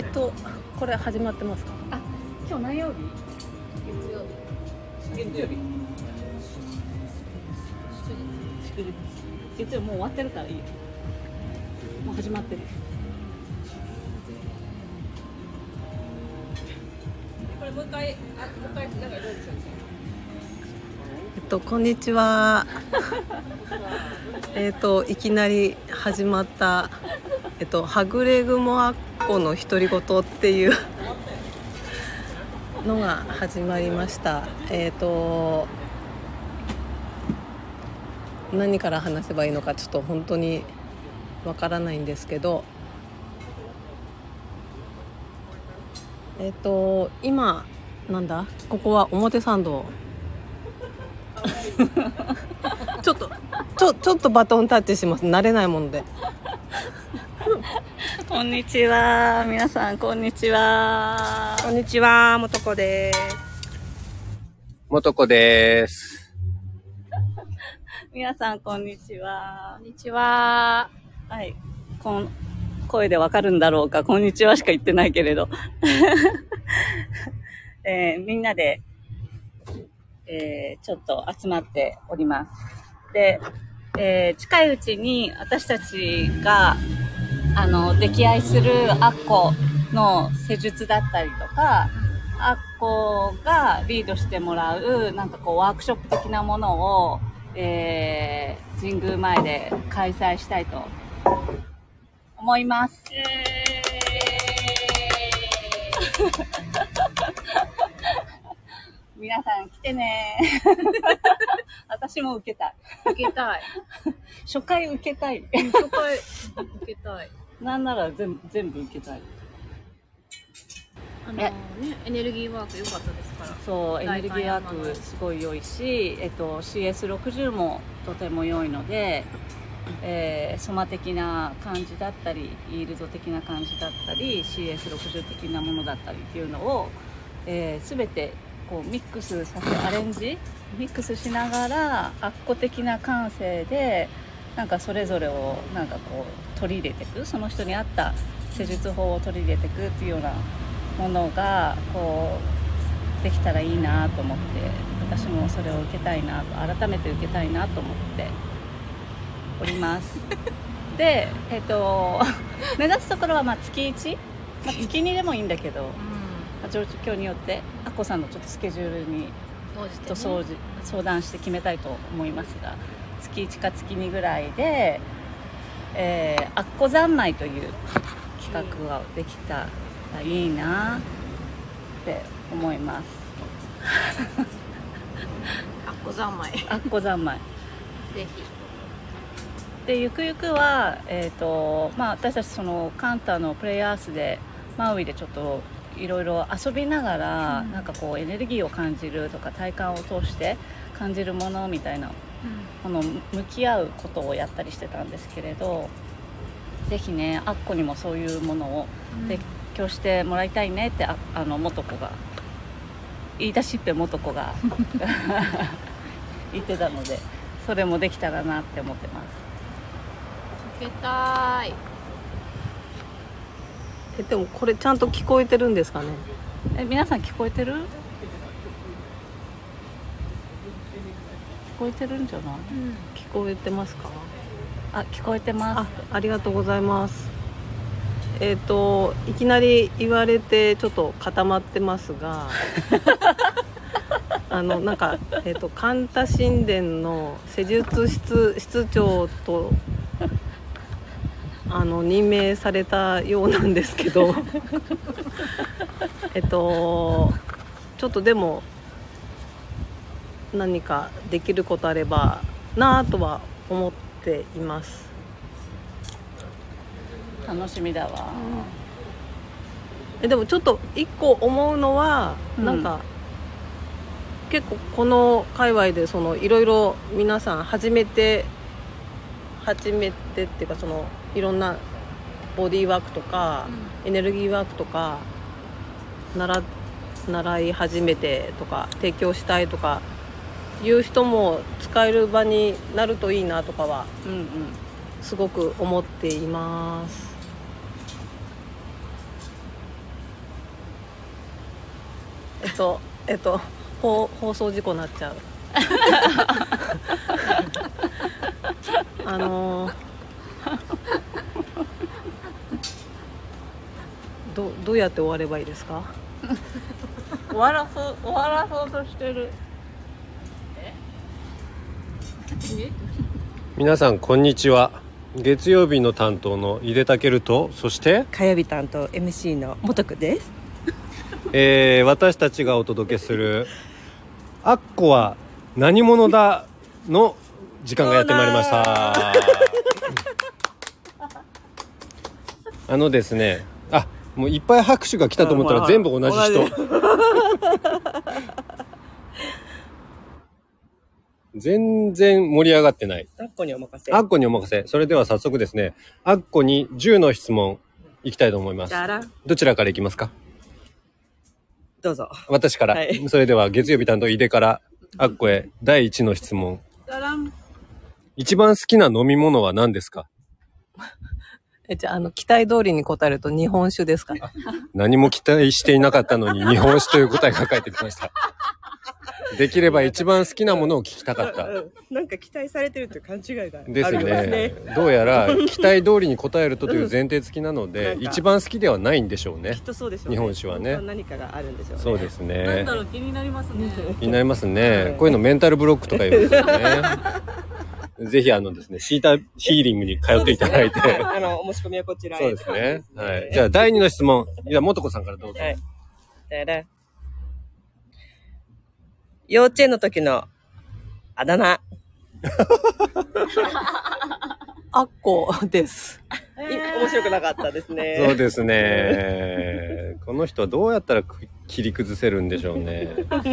これ始まってますか？ あ、今日何曜日？月曜日。月曜もう終わってるからいいよ。もう始まってる。これもう一回なんかどうでしょう。 こんにちは。いきなり始まったはぐれ雲あっこの独り言っていうのが始まりました。何から話せばいいのかちょっと本当にわからないんですけど、今なんだここは表参道ちょっとバトンタッチします。慣れないもので。 こんにちは、皆さんこんにちは。 こんにちは、もとこです。 もとこです。 皆さんこんにちは。 こんにちは。 はい、声でわかるんだろうか。こんにちはしか言ってないけれど、みんなで、ちょっと集まっております。で、近いうちに私たちが溺愛するアッコの施術だったりとか、アッコがリードしてもらうなんかこうワークショップ的なものを、神宮前で開催したいと思います。皆さん来てね。私も受けたい。 受けたい。 初回受けたい。 初回受けたい。 なんなら全部受けたい。 エネルギーワーク良かったですから。 そう、エネルギーワークすごい良いし、CS60 もとても良いので、ソマ的な感じだったり、イールド的な感じだったり、CS60 的なものだったりっていうのを、全てこうミックスさせ、アレンジミックスしながらアッコ的な感性でなんかそれぞれをなんかこう取り入れていく、その人に合った施術法を取り入れていくっていうようなものがこうできたらいいなと思って、私もそれを受けたいなと、改めて受けたいなと思っておりますで、目指すところはまあ月1、月2でもいいんだけど、状況によってアッコさんのちょっとスケジュールに相談して決めたいと思いますが、月1か月2ぐらいで、アッコ三昧という企画ができたらいいなって思います。 アッコ三昧。 アッコ三昧。 ぜひ。 でゆくゆくは、私たちそのカンタのプレイアースでマウイでちょっといろいろ遊びながら、なんかこうエネルギーを感じるとか体感を通して感じるものみたいなもの向き合うことをやったりしてたんですけれど、ぜひねアッコにもそういうものを提供してもらいたいねって元子が言い出しっぺ元子が言ってたので、それもできたらなって思ってます。 受けたい。 でもこれちゃんと聞こえてるんですかね？ 皆さん聞こえてる？聞こえてるんじゃない？ 聞こえてますか？ 聞こえてます。 ありがとうございます。いきなり言われてちょっと固まってますがなんか神田神殿の施術室長と任命されたようなんですけどちょっとでも何かできることあればなとは思っています。 楽しみだわ。 でもちょっと一個思うのは、なんか結構この界隈でそのいろいろ皆さん初めてっていうか、そのいろんなボディーワークとか、エネルギーワークとか習い始めてとか提供したいとかいう人も使える場になるといいなとかはすごく思っています。 放送事故になっちゃうどうやって終わればいいですか？ 終わらそうとしてる。 皆さんこんにちは。月曜日の担当の井出健と、そして火曜日担当 MC の元子です。 私たちがお届けするアッコは何者だの時間がやってまいりました。ですね、もういっぱい拍手が来たと思ったら全部同じ人。全然盛り上がってない。 アッコにお任せ。 アッコにお任せ。それでは早速ですね、アッコに10の質問いきたいと思います。どちらからいきますか？ どうぞ。 私から、はい、それでは月曜日担当井出からアッコへ第1の質問。一番好きな飲み物は何ですか？ じゃあ、期待通りに答えると日本酒ですか？ 何も期待していなかったのに日本酒という答えが返ってきました。できれば一番好きなものを聞きたかった。 なんか期待されてるっていう勘違いがですね。どうやら期待通りに答えるとという前提付きなので、一番好きではないんでしょうね。 きっとそうでしょうね。 日本酒はね。 何かがあるんでしょうね。 そうですね。 なんだろう、気になりますね。 気になりますね。こういうのメンタルブロックとか言うんですよね。ぜひですね、シータヒーリングに通っていただいて。 お申し込みはこちらへ。 そうですね。はい。じゃあ第2の質問。元子さんからどうぞ。はい。 幼稚園の時のあだ名。 アッコです。 面白くなかったですね。 そうですね。この人はどうやったら切り崩せるんでしょうね。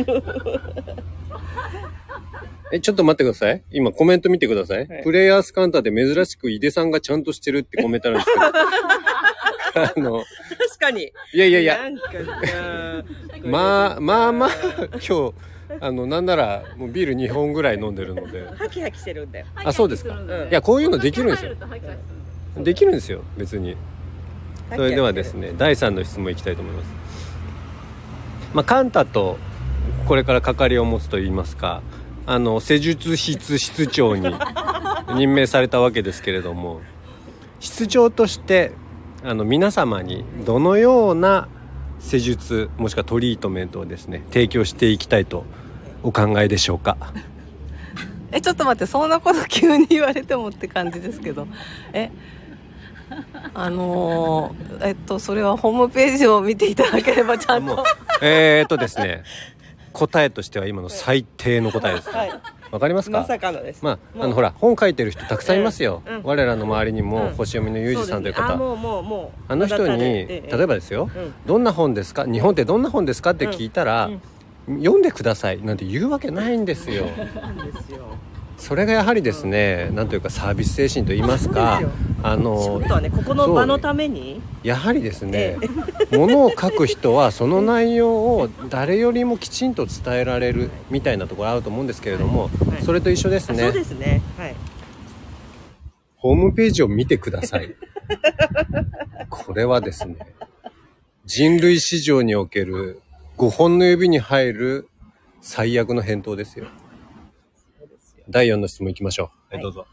ちょっと待ってください。今コメント見てください。はい、プレイヤースカンターで珍しく井出さんがちゃんとしてるってコメントあるんですけど。 確かに。 いや。まあ、今日、なんなら、もうビール2本ぐらい飲んでるので。 ハキハキしてるんだよ。 そうですか。いや、こういうのできるんですよ。できるんですよ、別に。それではですね、第3の質問いきたいと思います。カンタとこれから関わりを持つといいますか、施術室長に任命されたわけですけれども、室長として皆様にどのような施術もしくはトリートメントをですね提供していきたいとお考えでしょうか？ ちょっと待って、そんなこと急に言われてもって感じですけど、それはホームページを見ていただければちゃんとですね、答えとしては今の最低の答えです。はい。わかりますか？ まさかのです。 ほら、本書いてる人たくさんいますよ。我らの周りにも、星読みのユージさんという方。 もう。 あの人に、例えばですよ、どんな本ですか？日本ってどんな本ですかって聞いたら、読んでくださいなんて言うわけないんですよ。それがやはりですね、なんというかサービス精神と言いますか、 ちょっとはね、ここの場のためにやはりですね、ものを書く人はその内容を誰よりもきちんと伝えられるみたいなところあると思うんですけれども、それと一緒ですね。 そうですね。はい。 ホームページを見てください。これはですね、人類史上における5本の指に入る最悪の返答ですよ。第4の質問いきましょう。はい、どうぞ。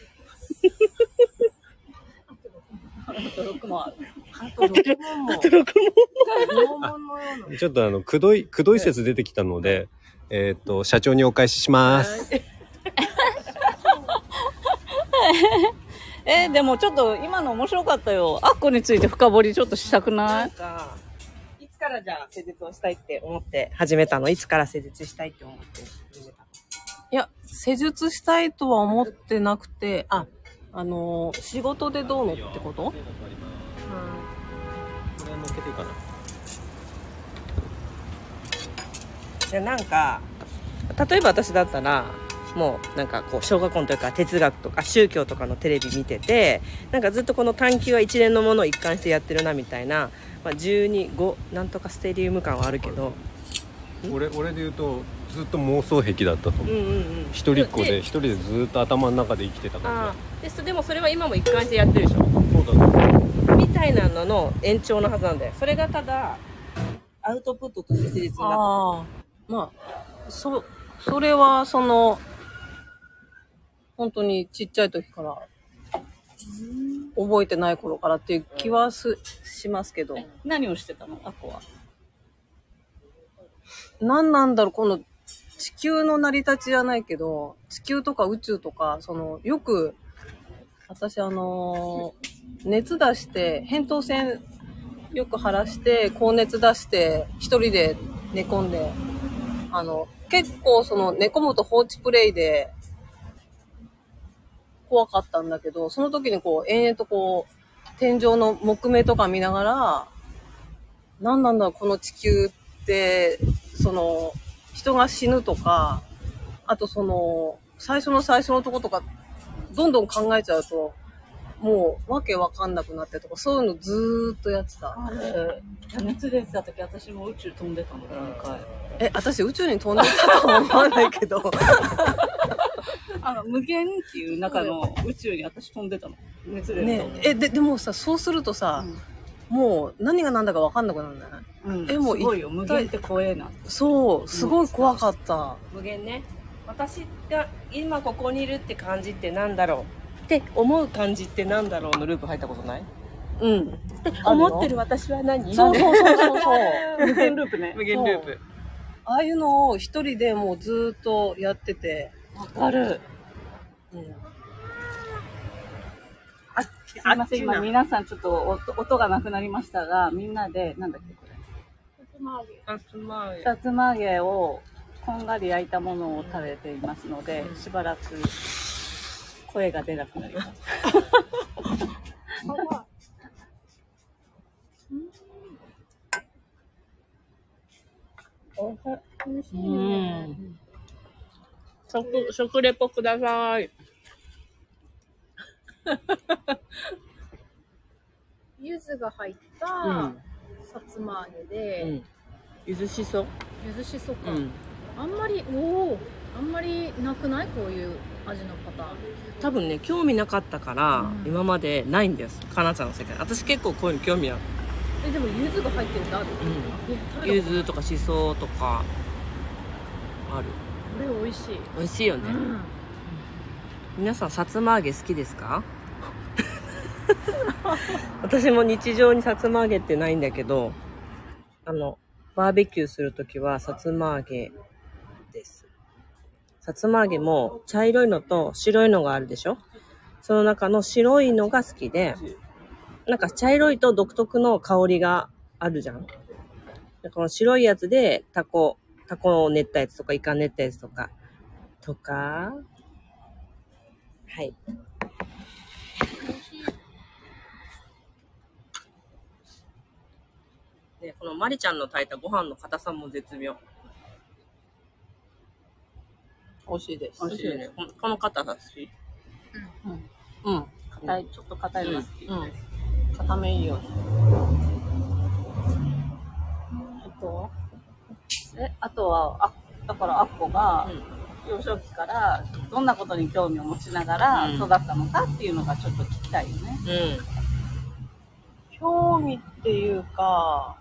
あと6問ある。 ちょっとくどい説出てきたので、社長にお返しします。 でもちょっと今の面白かったよ。アッコについて深掘りちょっとしたくない？ いつからじゃあ施術をしたいって思って始めたの？いつから施術したいって思って始めたの？ いや、施術したいとは思ってなくて、仕事でどうのってこと？これ乗っけていいかな。 なんか例えば私だったらもうなんかこう小学校の時から哲学とか宗教とかのテレビ見てて、なんかずっとこの探求は一連のものを一貫してやってるなみたいな、12、5なんとかステリウム感はあるけど、 俺で言うとずっと妄想癖だったと思う。一人っ子で一人でずっと頭の中で生きてたから。 でもそれは今も一貫してやってるでしょ。 そうだね。 みたいなのの延長のはずなんだよ。それがただアウトプットとして施術になっああ、まあ、それは、本当にちっちゃい時から、覚えてない頃からっていう気はしますけど。 何をしてたのアコは。 何なんだろう、この地球の成り立ちじゃないけど、地球とか宇宙とか、よく、私熱出して、扁桃腺よく腫らして、高熱出して、一人で寝込んで、結構寝込むと放置プレイで、怖かったんだけど、その時に延々と天井の木目とか見ながら、何なんだこの地球って、人が死ぬとか、あと最初のとことか、どんどん考えちゃうと、もうわけわかんなくなってとか、そういうのずーっとやってた。 熱出てた時私も宇宙飛んでたの何回。 私宇宙に飛んでたとは思わないけど。 無限っていう中の宇宙に私飛んでたの。熱出てた。 ね、でもさ、そうするとさ、もう何が何だか分かんなくなるんだよね。もうすごいよ、無限って怖えな。 そう、すごい怖かった。 無限ね。私が今ここにいるって感じってなんだろうって思う感じってなんだろうのループ入ったことない？ うん。 って思ってる私は何？ そう。 無限ループね。 無限ループ。 ああいうのを一人でもうずーっとやってて。 わかる。すいません、今皆さんちょっと音がなくなりましたが、みんなで、なんだっけこれ。さつま揚げをこんがり焼いたものを食べていますので、しばらく声が出なくなります。 食レポください。 柚子が入ったさつま揚げで、 柚子しそ？ 柚子しそか。あんまりなくない？こういう味のパターン。 多分ね、興味なかったから、今までないんです。かなちゃんの世界。私結構こういうの興味ある。 でも柚子が入ってるってある？ 柚子とかしそとかある。 これ美味しい。 美味しいよね。皆さんさつま揚げ好きですか？私も日常にさつま揚げってないんだけど、バーベキューするときはさつま揚げです。さつま揚げも茶色いのと白いのがあるでしょ？その中の白いのが好きで、なんか茶色いと独特の香りがあるじゃん。この白いやつでタコを練ったやつとかイカ練ったやつとかはい。で、このマリちゃんの炊いたご飯の硬さも絶妙。 美味しいです。 美味しいね。この硬さ好き？ 硬い、ちょっと硬いの好き。 硬めいいよね。 あとは、だからアッコが、幼少期からどんなことに興味を持ちながら育ったのかっていうのがちょっと聞きたいよね。 興味っていうか、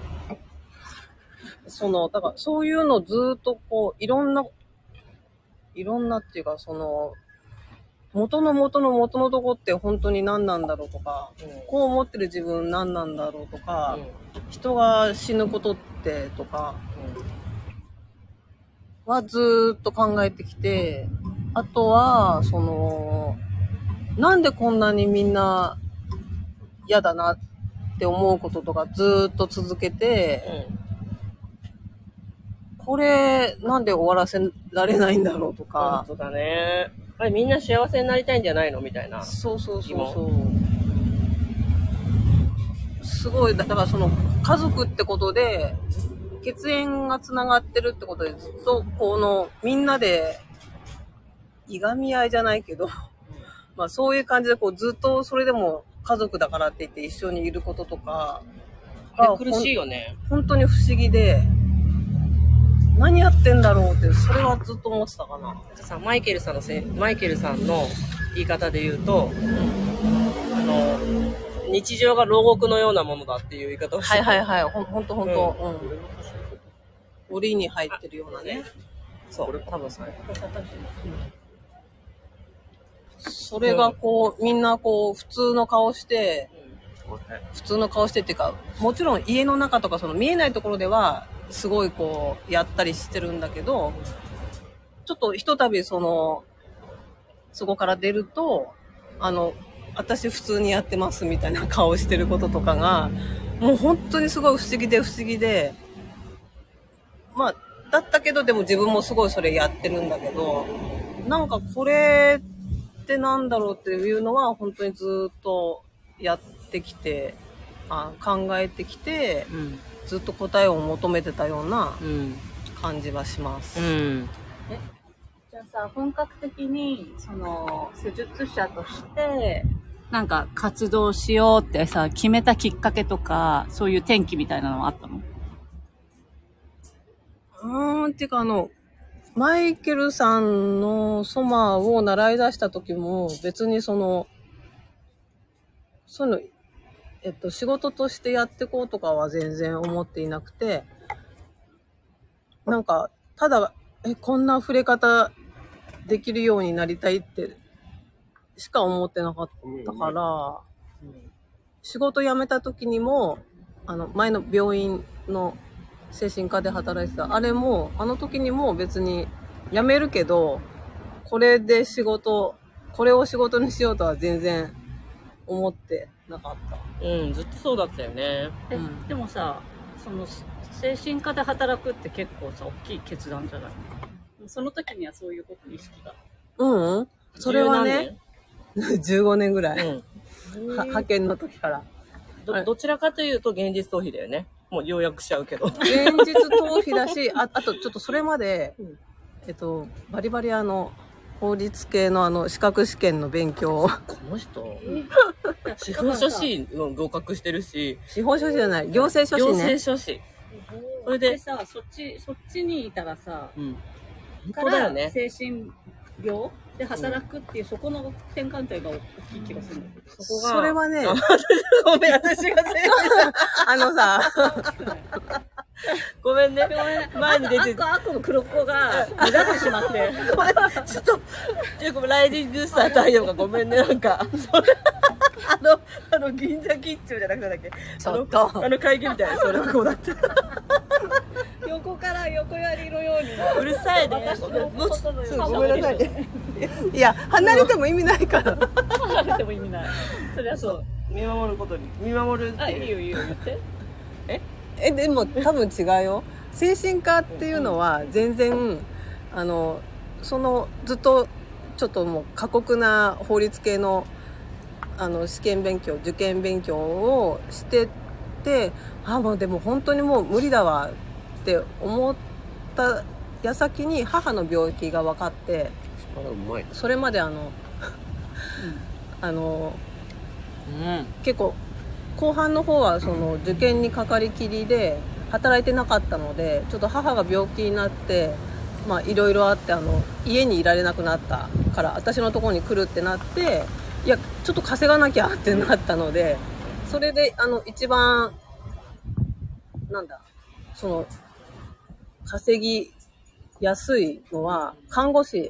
だからそういうのずっといろんなっていうか、元のとこって本当に何なんだろうとか、こう思ってる自分何なんだろうとか、人が死ぬことってとかはずっと考えてきて、あとはなんでこんなにみんな嫌だなって思うこととかずっと続けて、これなんで終わらせられないんだろうとか。 本当だね。あれみんな幸せになりたいんじゃないのみたいな。 そう。すごい、だから家族ってことで、血縁がつながってるってことで、ずっとみんなで、いがみ合いじゃないけど、まあそういう感じでずっとそれでも家族だからって言って一緒にいることとかが苦しいよね。 本当に不思議で、何やってんだろうって、それはずっと思ってたかな。 マイケルさんの言い方で言うと、 日常が牢獄のようなものだっていう言い方をしてはいはいはい。ほんと。檻に入ってるようなね。 そう、多分それ。 それがこう、みんなこう、普通の顔してっていうか、もちろん家の中とかその見えないところでは、すごいこう、やったりしてるんだけど、ちょっとひとたびそこから出ると、私普通にやってますみたいな顔してることとかが、もう本当にすごい不思議で、まあ、だったけど、でも自分もすごいそれやってるんだけど、なんかこれってなんだろうっていうのは、本当にずっとやってきて、考えてきて、ずっと答えを求めてたような感じはします。 じゃあさ、本格的に、施術者として、なんか活動しようってさ、決めたきっかけとか、そういう転機みたいなのはあったの？ っていうかマイケルさんのソマを習い出した時も、別にそういうの、仕事としてやってこうとかは全然思っていなくて、なんか、ただ、こんな触れ方できるようになりたいってしか思ってなかったから、仕事辞めた時にも、前の病院の精神科で働いてた、あれも、あの時にも別に辞めるけど、これを仕事にしようとは全然思ってなかった。 ずっとそうだったよね。 でもさ、精神科で働くって結構さ、大きい決断じゃない？その時にはそういうこと意識が。 それはね、15年ぐらい。派遣の時から。 どちらかというと現実逃避だよね。もう要約しちゃうけど。 現実逃避だし、あとちょっとそれまで、バリバリ法律系の資格試験の勉強を。 この人、司法書士の合格してるし。 司法書士じゃない、行政書士ね。 行政書士。 それでさ、そっちにいたらさ、 本当だよね。 精神病で働くっていう、そこの転換点が大きい気がするんだけど。 それはね、 ごめん、私がごめんね。前に出て赤の黒子が目立ってしまって。 ちょっと、ライディングスター太陽がごめんね、なんか。銀座吉兆じゃなくてだっけ？ ちょっと。 会議みたいな、それはこうだった。 横から横やりのように。 うるさいね。 ごめんなさいね。いや、離れても意味ないから。 離れても意味ない。そりゃそう。 見守ることに。見守るっていう。 いいよ、言って。 でも多分違うよ。精神科っていうのは全然、ずっとちょっともう過酷な法律系の試験勉強、受験勉強をしてて、もうでも本当にもう無理だわって思った矢先に母の病気が分かって、それまで結構後半の方は受験にかかりきりで働いてなかったので、ちょっと母が病気になって、いろいろあって家にいられなくなったから私のところに来るってなって、いやちょっと稼がなきゃってなったので、それで一番稼ぎやすいのは看護師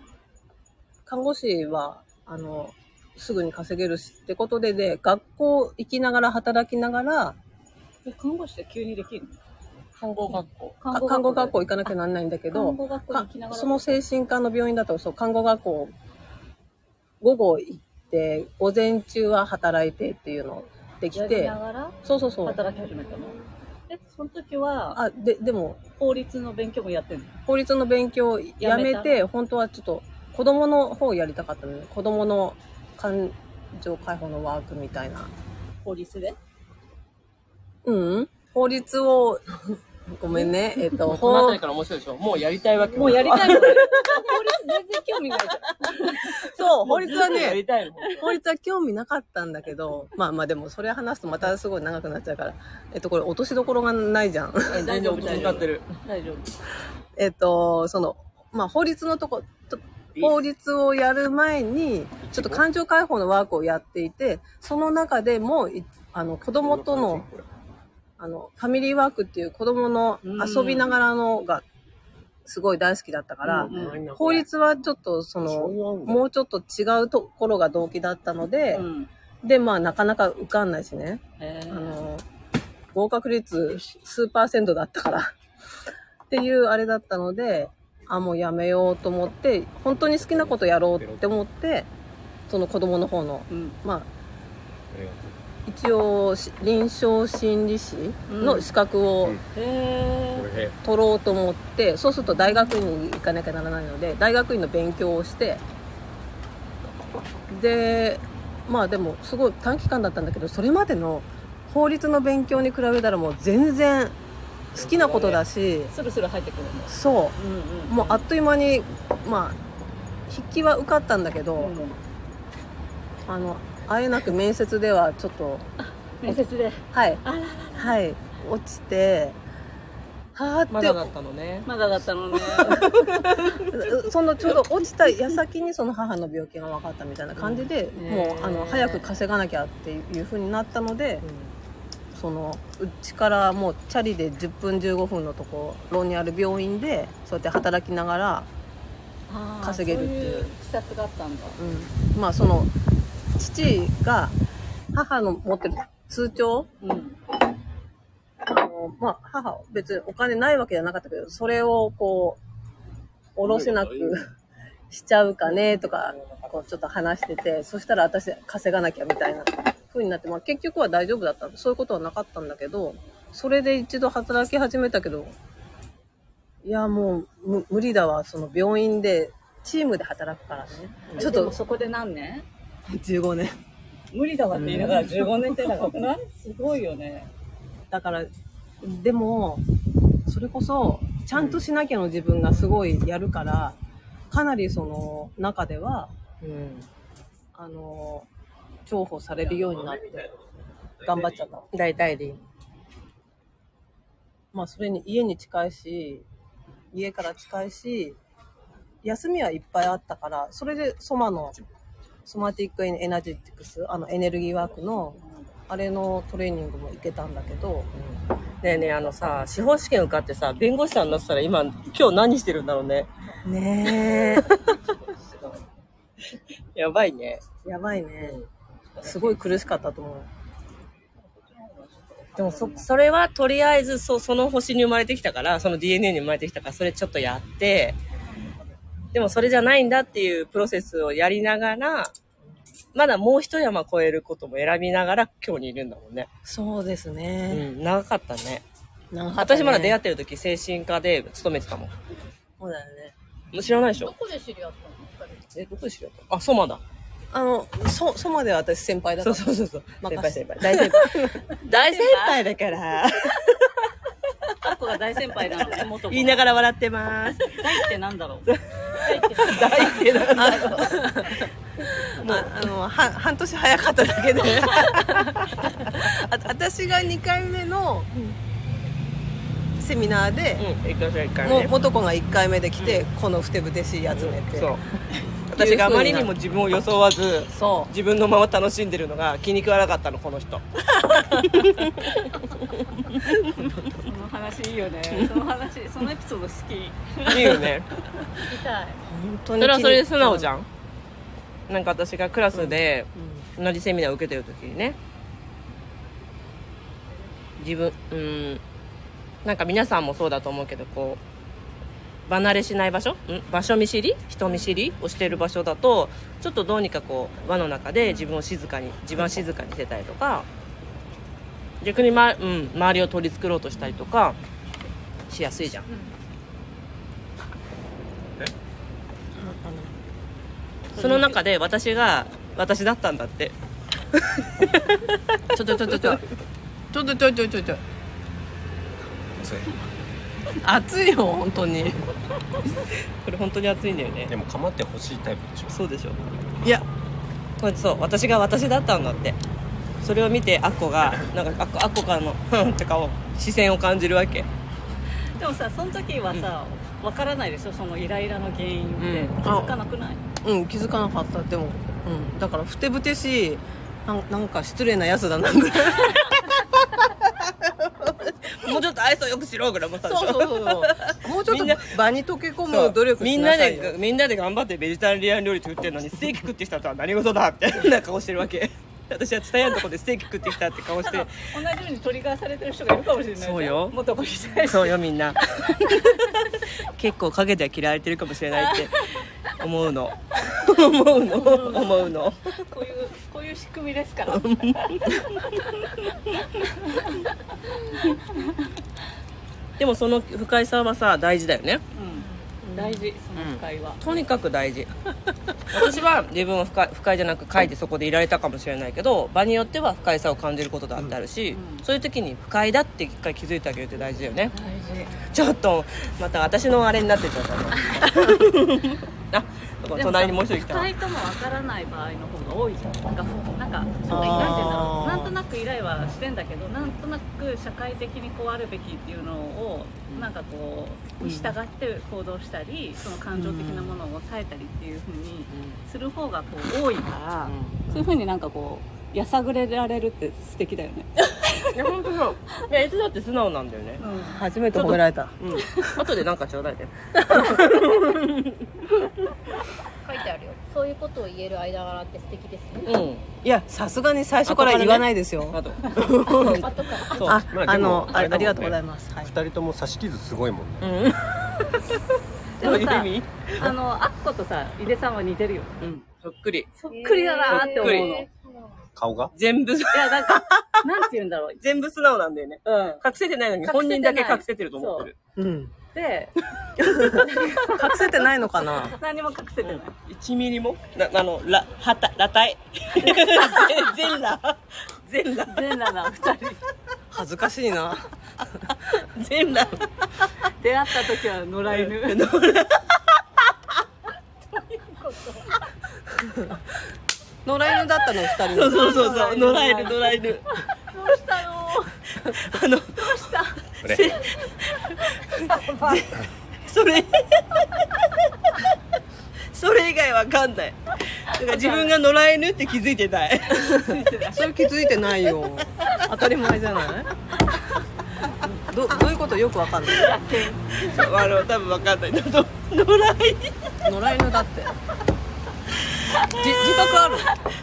はすぐに稼げるしってことで、学校行きながら働きながら。 看護師って急にできるの？ 看護学校。 看護学校行かなきゃなんないんだけど、その精神科の病院だと看護学校午後行って午前中は働いてっていうのできて、そう働き始めたの？その時はでも法律の勉強もやってんの？ 法律の勉強をやめて、本当はちょっと子供の方をやりたかったので、子供の感情解放のワークみたいな。 法律で？ 法律をごめんね。 この辺りから面白いでしょ。もうやりたいわけ。 もうやりたいの。法律全然興味ないじゃん。 そう、法律はね、 やりたいの。 法律は興味なかったんだけど、でもそれ話すとまたすごい長くなっちゃうから、これ落としどころがないじゃん。 全然落とし使ってる。 大丈夫。 法律のとこ、 法律をやる前にちょっと感情解放のワークをやっていて、その中でも子供とのファミリーワークっていう子供の遊びながらのがすごい大好きだったから、法律はちょっともうちょっと違うところが動機だったので、でまあなかなか受かんないしね、合格率数%だったからっていうあれだったので、もうやめようと思って、本当に好きなことやろうって思って、その子供の方の、まあ一応臨床心理士の資格を取ろうと思って、そうすると大学院に行かなきゃならないので、大学院の勉強をして、でまあでもすごい短期間だったんだけど、それまでの法律の勉強に比べたらもう全然好きなことだし、 スルスル入ってくるんだ。 そう、もうあっという間にまあ筆記は受かったんだけど、あえなく面接ではちょっと面接ではい落ちて、はーってまだだったのね。 まだだったのね。 そのちょうど落ちた矢先にその母の病気が分かったみたいな感じで、もう早く稼がなきゃっていう風になったので、うちからもうチャリで10分15分のところにある病院でそうやって働きながら稼げるっていう。 そういう視察があったんだ。 まあ父が母の持ってる通帳、まあ母別にお金ないわけじゃなかったけど、それをこう下ろせなくしちゃうかねとかこうちょっと話してて、そしたら私稼がなきゃみたいな風になって、まあ結局は大丈夫だった。そういうことはなかったんだけど、それで一度働き始めたけど、いやもう無理だわ。その病院でチームで働くからね。 ちょっとそこで何年 ？15年。 無理だわって言いながら15年って長くない？すごいよね。 だからでもそれこそちゃんとしなきゃの自分がすごいやるから、かなりその中では、重宝されるようになって頑張っちゃった。 大体でいい。 まあそれに家に近いし、家から近いし、休みはいっぱいあったから、それでソマティックエナジェティクス、エネルギーワークのあれのトレーニングも行けたんだけど、 ねえねえ、司法試験受かってさ、弁護士さんになってたら今日何してるんだろうね。 ねえやばいね。 やばいね。すごい苦しかったと思う。 でもそれはとりあえずその星に生まれてきたから、その DNA に生まれてきたから、それちょっとやって、でもそれじゃないんだっていうプロセスをやりながら、まだもう一山越えることも選びながら今日にいるんだもんね。 そうですね。 長かったね。 長かったね。 私まだ出会ってる時精神科で勤めてたもん。 そうだよね。 もう知らないでしょ？ どこで知り合ったの？ どこで知り合った？あ、ソマだ。 ソマでは私先輩だった。 そう。先輩。 大先輩。 大先輩だから。 あっこが大先輩なのね、元言いながら笑ってます。 大ってなんだろう。 大ってなんだろう。 半年早かっただけで私が2回目のセミナーで、元子が1回目で来て、このふてぶてしい集めて、 そう私があまりにも自分を装わず自分のまま楽しんでるのが気に食わなかったの、この人。 その話いいよね。そのエピソード好き。 いいよね。 聞きたい。 本当にそれはそれで素直じゃん。なんか私がクラスで同じセミナーを受けてる時にね、自分なんか皆さんもそうだと思うけど、こう離れしない場所、場所見知り、人見知りをしている場所だと、ちょっとどうにかこう輪の中で自分は静かにしてたりとか、逆に周りを取り繕ろうとしたりとかしやすいじゃん。その中で私だったんだって。 ちょ熱いよ本当に。 これ本当に熱いんだよね。 でも構ってほしいタイプでしょ。 そうでしょ。 いやこれそう、私だったんだって。それを見てアッコがなんかアッコからのって顔視線を感じるわけ。 でもさ、その時はさ、わからないでしょ、そのイライラの原因ってうん気づかなくない？ 気づかなかった。でも、だからふてぶてしいなんか失礼なやつだなぐらい。 もうちょっと愛想よくしろぐらい思ったでしょ。 そうもうちょっと場に溶け込む努力みんなしなさいよ。 みんなで頑張ってベジタリアン料理作ってるのにステーキ食ってきたとは何事だみたいな顔してるわけ。私はツタヤのとこでステーキ食ってきたって顔して。 同じようにトリガーされてる人がいるかもしれないじゃん。 そうよ元子したいし。 そうよみんな。結構陰では嫌われてるかもしれないって思うの。思うの。 こういう仕組みですから。 でもその不快さはさ大事だよね。 大事、その不快は。 とにかく大事。私は自分は不快じゃなく快でそこでいられたかもしれないけど、場によっては不快さを感じることだってあるし、そういう時に不快だって一回気づいてあげるって大事だよね。 大事。 ちょっとまた私のあれになってっちゃったの。あ、隣にもう一人来た。 不快ともわからない場合の方が多いじゃん。なんかそうなんていうんだろう。なんとなく依頼はしてんだけど、なんとなく社会的にこうあるべきっていうのをなんかこうに従って行動したり、その感情的なものを抑えたりっていう風にする方がこう多いから、そういう風になんかこうやさぐれられるって素敵だよね。 いや本当そう。いやいつだって素直なんだよね。 初めて褒められた。 後でなんかちょうだいで。 書いてあるよ。そういうことを言える間柄って素敵ですね。 いや、さすがに最初から言わないですよ。 あと。 そうありがとうございます。 2人とも刺し傷すごいもんね。 どういう意味？ アッコとさ、井出さんは似てるよ。 そっくり。 そっくりだなーって思うの。 顔が全部いや、なんか、なんて言うんだろう。 全部素直なんだよね。隠せてないのに本人だけ隠せてると思ってる。 で、 隠せてないのかな。 何も隠せてない。 1ミリも裸体。全裸な2人。 恥ずかしいな。 全裸。 出会った時は野良犬。 野良犬だったの2人の。 そう野良犬。 どうしたの？どうした？ これそれ以外わかんない。だから自分が野良犬って気づいてない。 それ気づいてないよ。当たり前じゃない？どういうことよくわかんない。 多分わかんない。野良犬。 野良犬だって。自覚ある？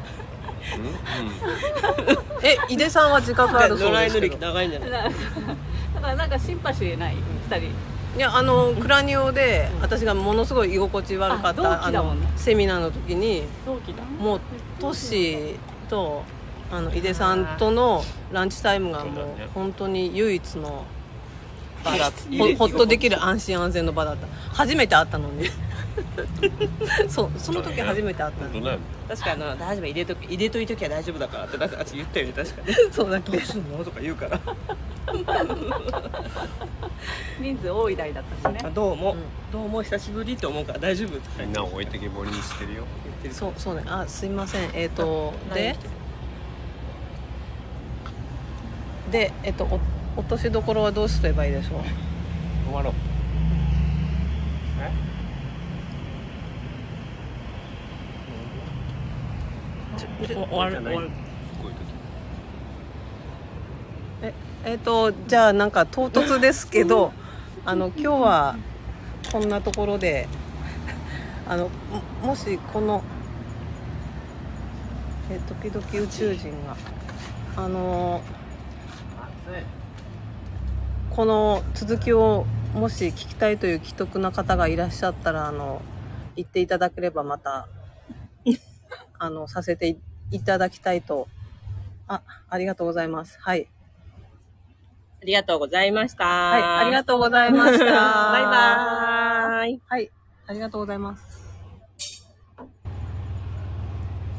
井出さんは自覚あるそうですけど。 野良犬歴長いんじゃない？ だからなんかシンパシーない2人。 いやクラニオで私がものすごい居心地悪かったセミナーの時にもうトッシーと井出さんとのランチタイムがもう本当に唯一の場だった。ほっとできる安心安全の場だった。初めて会ったのに。その時初めて会ったのに。 確か大丈夫、入れといときは大丈夫だからって私言ったよね。確かに。 そうだっけ？ どうすんのとか言うから。 人数多い台だったしね。 どうも久しぶりって思うから大丈夫。 みんなを置いてけぼりにしてるよ。 そうね。すいません。で落としどころはどうすればいいでしょう？ 終わろう。 終わる。 じゃあなんか唐突ですけど今日はこんなところでもしこの時々宇宙人がこの続きをもし聞きたいという既得な方がいらっしゃったら言っていただければまたさせていただきたいと。ありがとうございます。はい。 ありがとうございました。 はい、ありがとうございました。 バイバーイ。 はい、ありがとうございます。